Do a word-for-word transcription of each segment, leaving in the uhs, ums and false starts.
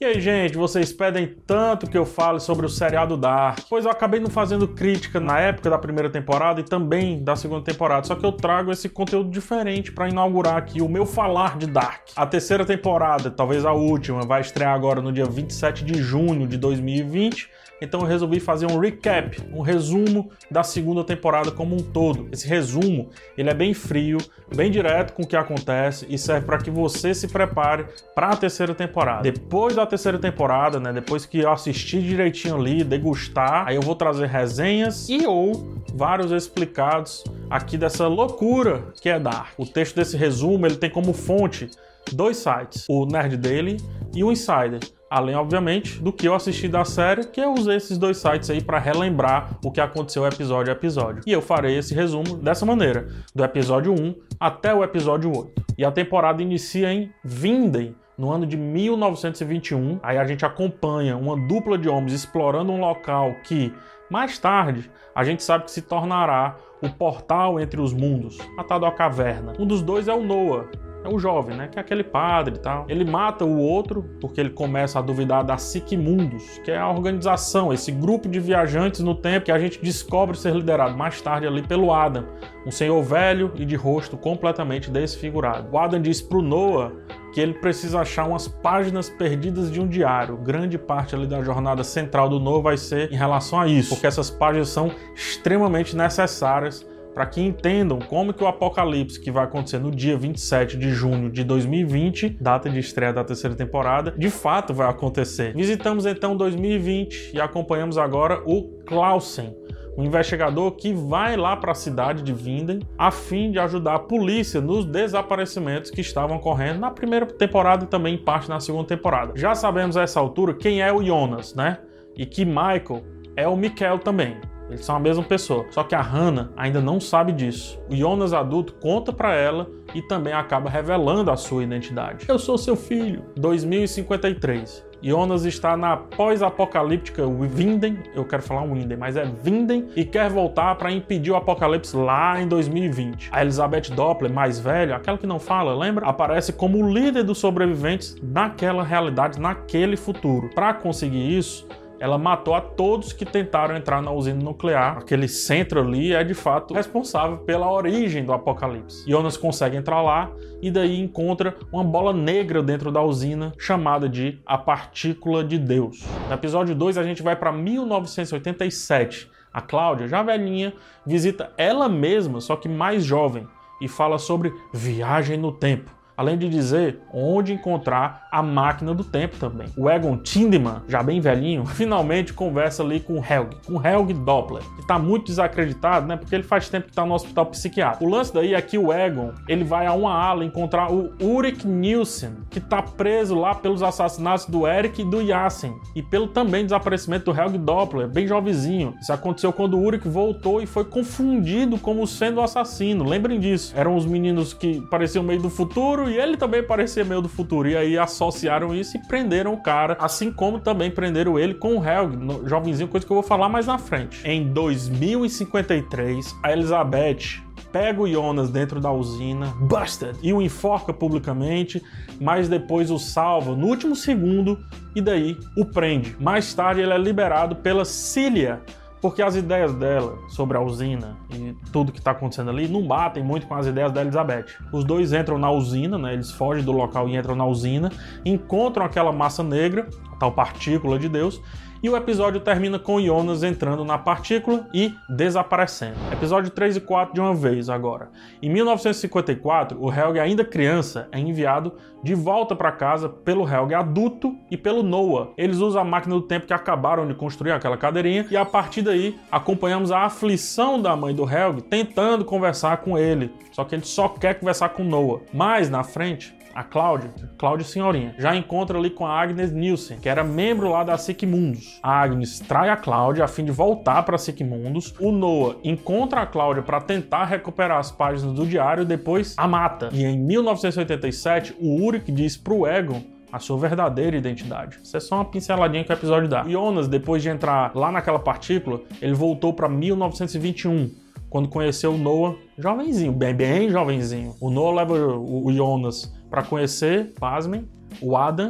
E aí, gente, vocês pedem tanto que eu fale sobre o seriado Dark, pois eu acabei não fazendo crítica na época da primeira temporada e também da segunda temporada, só que eu trago esse conteúdo diferente para inaugurar aqui o meu falar de Dark. A terceira temporada, talvez a última, vai estrear agora no dia vinte e sete de junho de dois mil e vinte, então eu resolvi fazer um recap, um resumo da segunda temporada como um todo. Esse resumo, ele é bem frio, bem direto com o que acontece e serve para que você se prepare para a terceira temporada. Depois da terceira temporada, né, depois que eu assistir direitinho ali, degustar, aí eu vou trazer resenhas e ou vários explicados aqui dessa loucura que é Dark. O texto desse resumo, ele tem como fonte dois sites, o Nerd Daily e o Insider. Além, obviamente, do que eu assisti da série, que eu usei esses dois sites aí para relembrar o que aconteceu episódio a episódio. E eu farei esse resumo dessa maneira, do episódio um até o episódio oito. E a temporada inicia em Vinden, no ano de mil novecentos e vinte e um. Aí a gente acompanha uma dupla de homens explorando um local que, mais tarde, a gente sabe que se tornará o portal entre os mundos, atado à caverna. Um dos dois é o Noah, é o jovem, né? Que é aquele padre e tal. Ele mata o outro porque ele começa a duvidar da Siquimundus, que é a organização, esse grupo de viajantes no tempo que a gente descobre ser liderado mais tarde ali pelo Adam, um senhor velho e de rosto completamente desfigurado. O Adam diz pro Noah que ele precisa achar umas páginas perdidas de um diário. Grande parte ali da jornada central do Noah vai ser em relação a isso, porque essas páginas são extremamente necessárias para que entendam como que o apocalipse que vai acontecer no dia vinte e sete de junho de dois mil e vinte, data de estreia da terceira temporada, de fato vai acontecer. Visitamos então dois mil e vinte e acompanhamos agora o Clausen, um investigador que vai lá para a cidade de Vinden a fim de ajudar a polícia nos desaparecimentos que estavam ocorrendo na primeira temporada e também em parte na segunda temporada. Já sabemos a essa altura quem é o Jonas, né? E que Michael é o Mikael também. Eles são a mesma pessoa, só que a Hannah ainda não sabe disso. O Jonas adulto conta pra ela e também acaba revelando a sua identidade. Eu sou seu filho. dois mil e cinquenta e três. Jonas está na pós-apocalíptica Vinden, eu quero falar Winden, mas é Vinden, e quer voltar para impedir o apocalipse lá em dois mil e vinte. A Elizabeth Doppler, mais velha, aquela que não fala, lembra? Aparece como o líder dos sobreviventes naquela realidade, naquele futuro. Para conseguir isso, ela matou a todos que tentaram entrar na usina nuclear. Aquele centro ali é, de fato, responsável pela origem do apocalipse. Jonas consegue entrar lá e daí encontra uma bola negra dentro da usina chamada de a Partícula de Deus. No episódio dois, a gente vai para mil novecentos e oitenta e sete. A Cláudia, já velhinha, visita ela mesma, só que mais jovem, e fala sobre viagem no tempo. Além de dizer onde encontrar a máquina do tempo também. O Egon Tindemann, já bem velhinho, finalmente conversa ali com o Helge, com o Helge Doppler, que tá muito desacreditado, né? Porque ele faz tempo que tá no hospital psiquiátrico. O lance daí é que o Egon, ele vai a uma ala encontrar o Ulrich Nielsen, que tá preso lá pelos assassinatos do Eric e do Yassen, e pelo também desaparecimento do Helge Doppler, bem jovenzinho. Isso aconteceu quando o Ulrich voltou e foi confundido como sendo o assassino. Lembrem disso. Eram os meninos que pareciam meio do futuro e ele também parecia meio do futuro. E aí associaram isso e prenderam o cara, assim como também prenderam ele com o Helge, no, jovenzinho, coisa que eu vou falar mais na frente. Em dois mil e cinquenta e três, a Elizabeth pega o Jonas dentro da usina, busted, e o enforca publicamente, mas depois o salva no último segundo e daí o prende. Mais tarde ele é liberado pela Cilia, porque as ideias dela sobre a usina e tudo que está acontecendo ali não batem muito com as ideias da Elizabeth. Os dois entram na usina, né? Eles fogem do local e entram na usina, encontram aquela massa negra, a tal partícula de Deus, e o episódio termina com o Jonas entrando na partícula e desaparecendo. Episódio três e quatro de uma vez agora. Em mil novecentos e cinquenta e quatro, o Helge, ainda criança, é enviado de volta para casa pelo Helge adulto e pelo Noah. Eles usam a máquina do tempo que acabaram de construir, aquela cadeirinha, e a partir daí acompanhamos a aflição da mãe do Helge tentando conversar com ele. Só que ele só quer conversar com o Noah. Mais na frente, a Cláudia, Cláudia Senhorinha, já encontra ali com a Agnes Nielsen, que era membro lá da Siquimundus. A Agnes trai a Cláudia a fim de voltar para Siquimundus. O Noah encontra a Cláudia para tentar recuperar as páginas do diário e depois a mata. E em mil novecentos e oitenta e sete, o Ulrich diz pro Egon a sua verdadeira identidade. Isso é só uma pinceladinha que o episódio dá. O Jonas, depois de entrar lá naquela partícula, ele voltou para mil novecentos e vinte e um, quando conheceu o Noah, jovenzinho, bem, bem jovenzinho. O Noah leva o Jonas para conhecer, pasmem, o Adam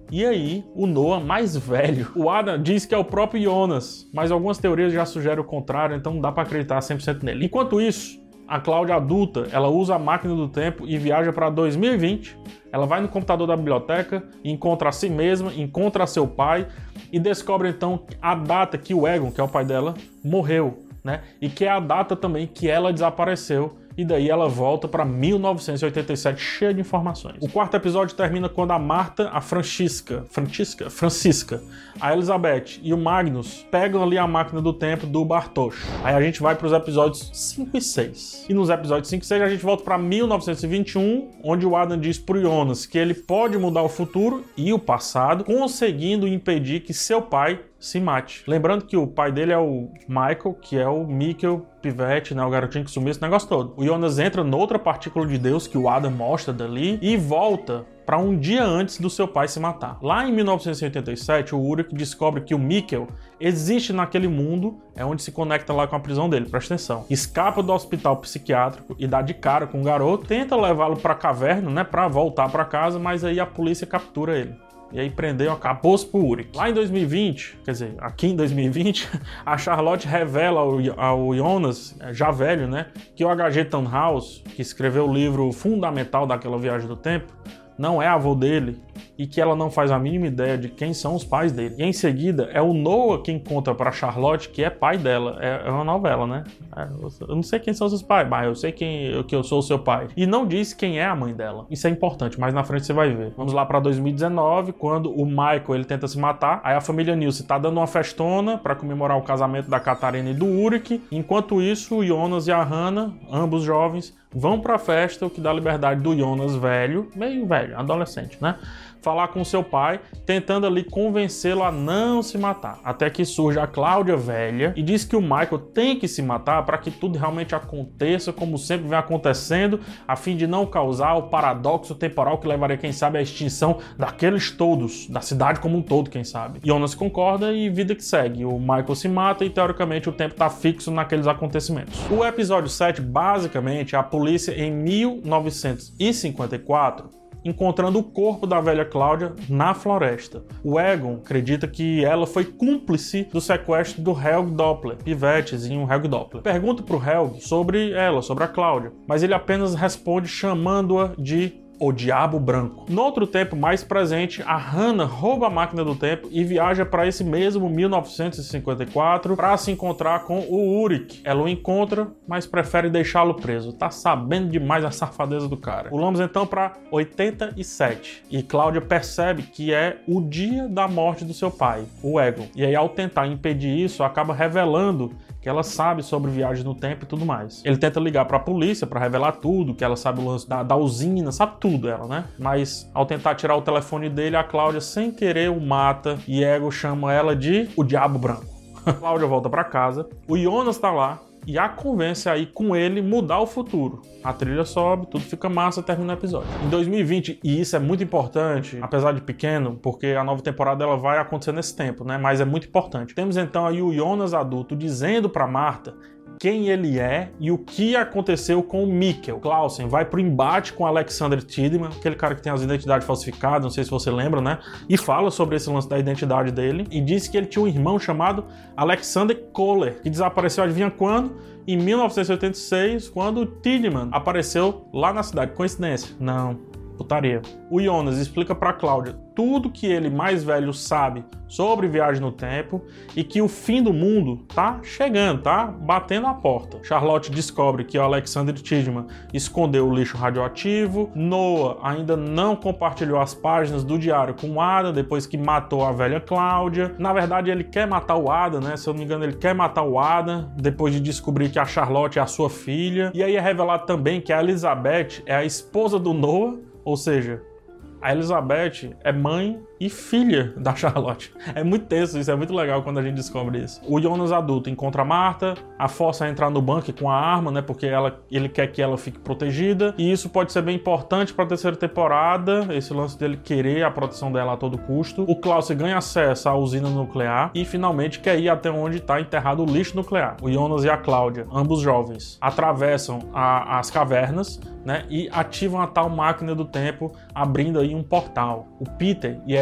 E aí, o Noah mais velho. O Adam diz que é o próprio Jonas, mas algumas teorias já sugerem o contrário, então não dá pra acreditar cem por cento nele. Enquanto isso, a Cláudia adulta, ela usa a máquina do tempo e viaja para dois mil e vinte. Ela vai no computador da biblioteca, encontra a si mesma, encontra seu pai e descobre então a data que o Egon, que é o pai dela, morreu, né? E que é a data também que ela desapareceu. E daí ela volta para mil novecentos e oitenta e sete, cheia de informações. O quarto episódio termina quando a Marta, a Francisca, Francisca, Francisca, a Elizabeth e o Magnus pegam ali a máquina do tempo do Bartosz. Aí a gente vai para os episódios cinco e seis. E nos episódios cinco e seis a gente volta para mil novecentos e vinte e um, onde o Adam diz pro Jonas que ele pode mudar o futuro e o passado, conseguindo impedir que seu pai se mate. Lembrando que o pai dele é o Michael, que é o Mikkel Pivete, né, o garotinho que sumiu, esse negócio todo. O Jonas entra noutra partícula de Deus que o Adam mostra dali e volta para um dia antes do seu pai se matar. Lá em mil novecentos e oitenta e sete, o Ulrich descobre que o Mikkel existe naquele mundo, é onde se conecta lá com a prisão dele, presta atenção. Escapa do hospital psiquiátrico e dá de cara com o garoto, tenta levá-lo para a caverna, né, para voltar para casa, mas aí a polícia captura ele. E aí prendeu, acabou-se pro Ulrich. Lá em dois mil e vinte, quer dizer, aqui em dois mil e vinte, a Charlotte revela ao, ao Jonas, já velho, né, que o H G Tannhaus, que escreveu o livro fundamental daquela viagem do tempo, não é avô dele e que ela não faz a mínima ideia de quem são os pais dele. E em seguida é o Noah quem conta pra Charlotte que é pai dela. É uma novela, né? Eu não sei quem são seus pais, mas eu sei quem, que eu sou o seu pai. E não diz quem é a mãe dela. Isso é importante, mas na frente você vai ver. Vamos lá pra dois mil e dezenove, quando o Michael ele tenta se matar. Aí a família Nilce tá dando uma festona pra comemorar o casamento da Catarina e do Ulrich. Enquanto isso, o Jonas e a Hannah, ambos jovens, vão pra festa, o que dá liberdade do Jonas velho, meio velho, adolescente, né? Falar com seu pai, tentando ali convencê-lo a não se matar. Até que surge a Cláudia velha e diz que o Michael tem que se matar para que tudo realmente aconteça como sempre vem acontecendo, a fim de não causar o paradoxo temporal que levaria, quem sabe, à extinção daqueles todos, da cidade como um todo, quem sabe. Jonas concorda e vida que segue. O Michael se mata e, teoricamente, o tempo está fixo naqueles acontecimentos. O episódio sete, basicamente, é a polícia em mil novecentos e cinquenta e quatro encontrando o corpo da velha Cláudia na floresta. O Egon acredita que ela foi cúmplice do sequestro do Helg Doppler, pivetezinho Helg Doppler. Pergunta pro Helg sobre ela, sobre a Cláudia, mas ele apenas responde chamando-a de o Diabo Branco. No outro tempo mais presente, a Hannah rouba a máquina do tempo e viaja para esse mesmo mil novecentos e cinquenta e quatro para se encontrar com o Ulrich. Ela o encontra, mas prefere deixá-lo preso. Tá sabendo demais a safadeza do cara. Pulamos então para oitenta e sete e Cláudia percebe que é o dia da morte do seu pai, o Egon. E aí, ao tentar impedir isso, acaba revelando que ela sabe sobre viagens no tempo e tudo mais. Ele tenta ligar para a polícia para revelar tudo, que ela sabe o lance da, da usina, sabe tudo ela, né? Mas ao tentar tirar o telefone dele, a Cláudia sem querer o mata e Egon chama ela de o Diabo Branco. A Cláudia volta para casa, o Jonas tá lá e a convence aí com ele mudar o futuro. A trilha sobe, tudo fica massa, termina o episódio. Em dois mil e vinte, e isso é muito importante, apesar de pequeno, porque a nova temporada ela vai acontecer nesse tempo, né? Mas é muito importante. Temos então aí o Jonas adulto dizendo para Marta quem ele é e o que aconteceu com o Mikkel. Clausen vai pro embate com Alexander Tiedemann, aquele cara que tem as identidades falsificadas, não sei se você lembra, né? E fala sobre esse lance da identidade dele e diz que ele tinha um irmão chamado Alexander Kohler, que desapareceu, adivinha quando? Em mil novecentos e oitenta e seis, quando o Tiedemann apareceu lá na cidade. Coincidência? Não. Putaria. O Jonas explica pra Cláudia tudo que ele mais velho sabe sobre viagem no tempo e que o fim do mundo tá chegando, tá batendo a porta. Charlotte descobre que o Alexander Tiedemann escondeu o lixo radioativo. Noah ainda não compartilhou as páginas do diário com o Adam depois que matou a velha Cláudia. Na verdade, ele quer matar o Adam, né? Se eu não me engano, ele quer matar o Adam depois de descobrir que a Charlotte é a sua filha. E aí é revelado também que a Elizabeth é a esposa do Noah, ou seja, a Elizabeth é mãe e filha da Charlotte. É muito tenso isso, é muito legal quando a gente descobre isso. O Jonas adulto encontra a Marta, a força a entrar no bunker com a arma, né, porque ela, ele quer que ela fique protegida, e isso pode ser bem importante para a terceira temporada, esse lance dele querer a proteção dela a todo custo. O Klaus ganha acesso à usina nuclear e finalmente quer ir até onde está enterrado o lixo nuclear. O Jonas e a Cláudia, ambos jovens, atravessam a, as cavernas, né, e ativam a tal máquina do tempo, abrindo aí um portal. O Peter e a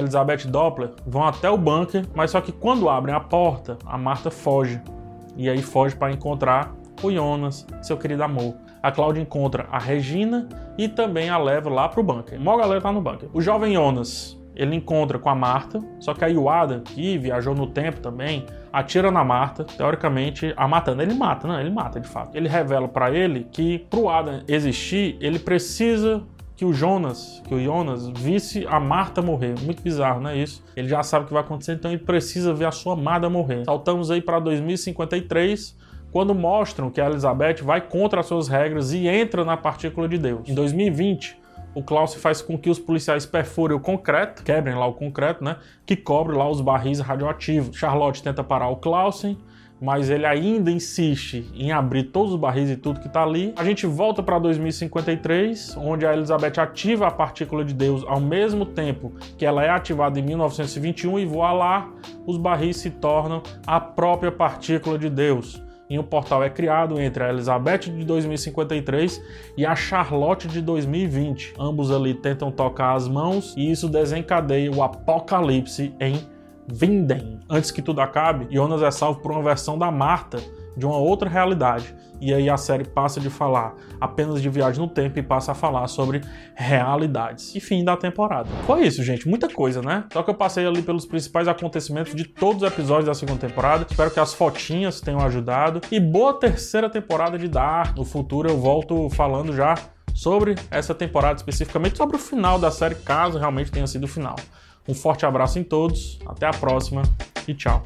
Elizabeth Doppler vão até o bunker, mas só que quando abrem a porta, a Martha foge. E aí foge para encontrar o Jonas, seu querido amor. A Cláudia encontra a Regina e também a leva lá pro bunker. Mó galera tá no bunker. O jovem Jonas, ele encontra com a Martha, só que aí o Adam, que viajou no tempo também, atira na Martha, teoricamente a matando. Ele mata, não, ele mata de fato. Ele revela para ele que pro Adam existir, ele precisa que o Jonas, que o Jonas visse a Martha morrer. Muito bizarro, não é isso? Ele já sabe o que vai acontecer, então ele precisa ver a sua amada morrer. Saltamos aí para dois mil e cinquenta e três, quando mostram que a Elizabeth vai contra as suas regras e entra na partícula de Deus. Em dois mil e vinte, o Klaus faz com que os policiais perfurem o concreto, quebrem lá o concreto, né, que cobre lá os barris radioativos. Charlotte tenta parar o Clausen, mas ele ainda insiste em abrir todos os barris e tudo que tá ali. A gente volta para dois mil e cinquenta e três, onde a Elizabeth ativa a partícula de Deus ao mesmo tempo que ela é ativada em mil novecentos e vinte e um e voa lá, os barris se tornam a própria partícula de Deus. E um portal é criado entre a Elizabeth de dois mil e cinquenta e três e a Charlotte de dois mil e vinte. Ambos ali tentam tocar as mãos e isso desencadeia o apocalipse em Winden. Antes que tudo acabe, Jonas é salvo por uma versão da Martha de uma outra realidade. E aí a série passa de falar apenas de viagem no tempo e passa a falar sobre realidades. E fim da temporada. Foi isso, gente. Muita coisa, né? Só que eu passei ali pelos principais acontecimentos de todos os episódios da segunda temporada. Espero que as fotinhas tenham ajudado. E boa terceira temporada de Dark. No futuro eu volto falando já sobre essa temporada, especificamente sobre o final da série, caso realmente tenha sido o final. Um forte abraço em todos, até a próxima e tchau.